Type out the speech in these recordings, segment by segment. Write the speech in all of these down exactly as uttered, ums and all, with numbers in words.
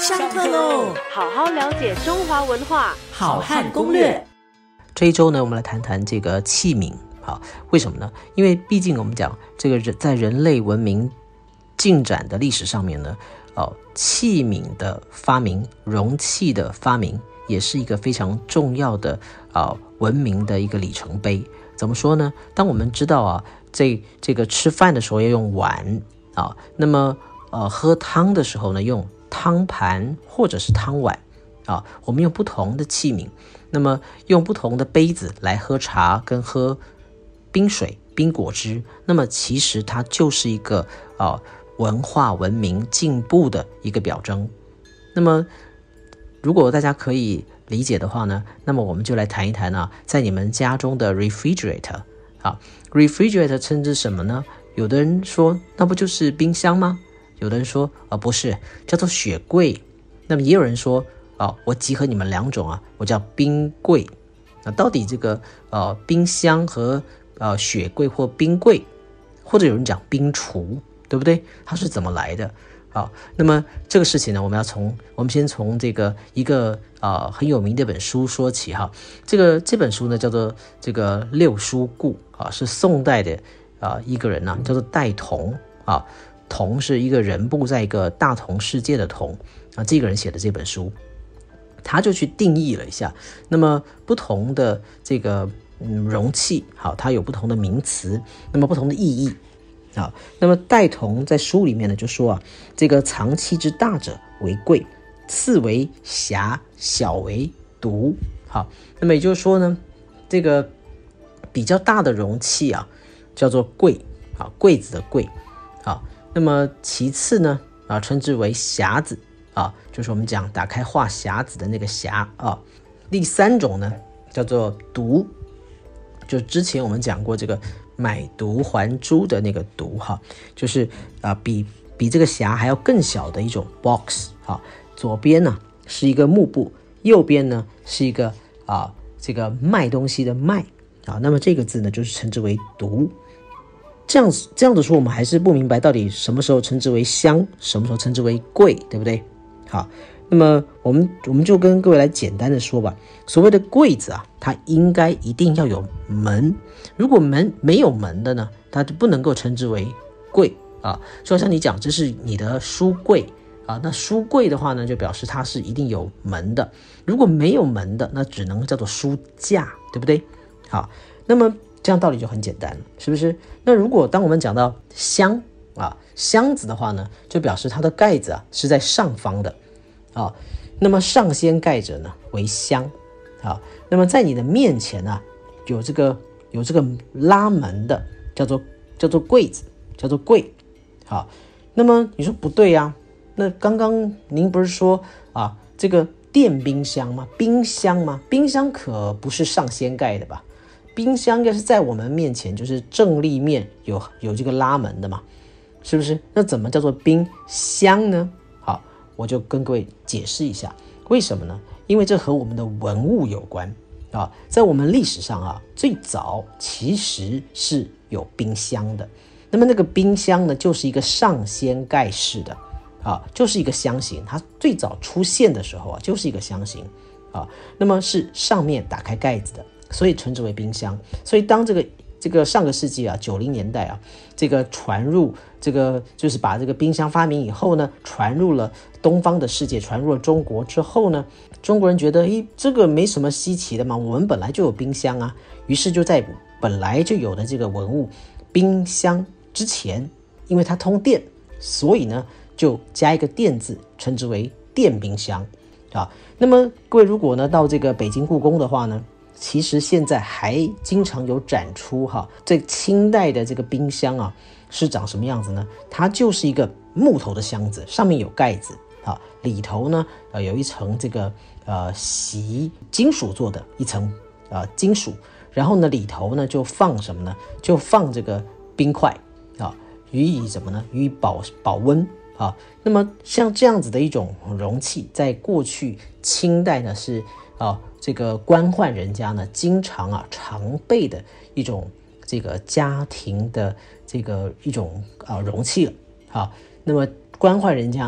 上课喽！ 好好了解中华文化， 好汉攻略。 这一周呢，我们来谈谈这个器皿。好，为什么呢？因为毕竟我们讲这个人在人类文明进展的历史上面呢，哦，器皿的发明、容器的发明，也是一个非常重要的啊、呃、文明的一个里程碑。怎么说呢？当我们知道啊，这这个吃饭的时候要用碗啊，那么呃喝汤的时候呢，用汤盘或者是汤碗啊，我们用不同的器皿，那么用不同的杯子来喝茶跟喝冰水、冰果汁，那么其实它就是一个啊文化文明进步的一个表征。那么如果大家可以理解的话呢，那么我们就来谈一谈啊，在你们家中的 refrigerator 啊 refrigerator 称之什么呢？有的人说那不就是冰箱吗？有的人说啊、呃、不是，叫做雪柜。那么也有人说啊，我集合你们两种啊，我叫冰柜。那到底这个呃冰箱和呃雪柜或冰柜，或者有人讲冰橱，对不对？它是怎么来的？好，那么这个事情呢，我们要从我们先从这个一个呃很有名的一本书说起哈。这个这本书呢叫做这个六书故啊，是宋代的啊、呃、一个人呢、啊、叫做戴同啊，同是一个人部在一个大同世界的同啊，这个人写的这本书，他就去定义了一下，那么不同的这个嗯容器，好，它有不同的名词，那么不同的意义。好，那么戴同在书里面呢就说啊，这个藏器之大者为贵，次为匣，小为独。好，那么也就是说呢，这个比较大的容器啊叫做柜，好，柜子的柜。好，那么其次呢啊称之为匣子啊，就是我们讲打开话匣子的那个匣啊。第三种呢叫做独，就之前我们讲过这个买椟还珠的那个椟哈，就是啊、呃、比比这个匣还要更小的一种 box 哈。左边呢是一个幕布，右边呢是一个啊这个卖东西的卖啊，那么这个字呢就是称之为椟。这样这样的说，我们还是不明白到底什么时候称之为箱，什么时候称之为柜，对不对？好。那么我们我们就跟各位来简单的说吧，所谓的柜子啊，它应该一定要有门，如果门没有门的呢，它就不能够称之为柜啊。就好像你讲这是你的书柜啊，那书柜的话呢，就表示它是一定有门的，如果没有门的，那只能叫做书架，对不对？好，那么这样道理就很简单了，是不是？那如果当我们讲到箱啊箱子的话呢，就表示它的盖子啊是在上方的。啊，那么上先盖者呢为箱，啊，那么在你的面前啊有这个有这个拉门的，叫做叫做柜子，叫做柜，好，那么你说不对啊，那刚刚您不是说啊这个电冰箱吗？冰箱吗？冰箱可不是上先盖的吧？冰箱应该是在我们面前，就是正立面有有这个拉门的嘛，是不是？那怎么叫做冰箱呢？我就跟各位解释一下，为什么呢？因为这和我们的文物有关啊。在我们历史上啊，最早其实是有冰箱的。那么那个冰箱呢，就是一个上掀盖式的啊，就是一个箱型。它最早出现的时候啊，就是一个箱型啊。那么是上面打开盖子的，所以称之为冰箱。所以当这个这个上个世纪啊，九零年代啊，这个传入这个就是把这个冰箱发明以后呢，传入了东方的世界，传入了中国之后呢，中国人觉得，诶，这个没什么稀奇的嘛，我们本来就有冰箱啊，于是就在本来就有的这个文物冰箱之前，因为它通电，所以呢就加一个电字，称之为电冰箱啊。那么各位如果呢到这个北京故宫的话呢，其实现在还经常有展出哈，这清代的这个冰箱啊是长什么样子呢？它就是一个木头的箱子，上面有盖子啊，里头呢呃有一层这个呃锡金属做的一层呃金属，然后呢里头呢就放什么呢？就放这个冰块啊，予以什么呢？予以保保温啊。那么像这样子的一种容器，在过去清代呢是啊。这个官宦人家呢，经常啊常备的一种这个家庭的这个一种啊容器了啊。那么官宦人家呢，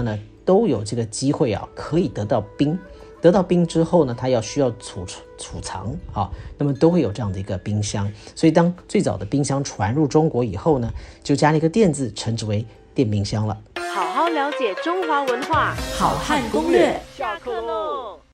都有这个机会啊，可以得到冰。得到冰之后呢，它要需要储储藏啊，那么都会有这样的一个冰箱。所以当最早的冰箱传入中国以后呢，就加了一个电字，称之为电冰箱了。 好好了解中华文化， 好汉攻略。 下课喽。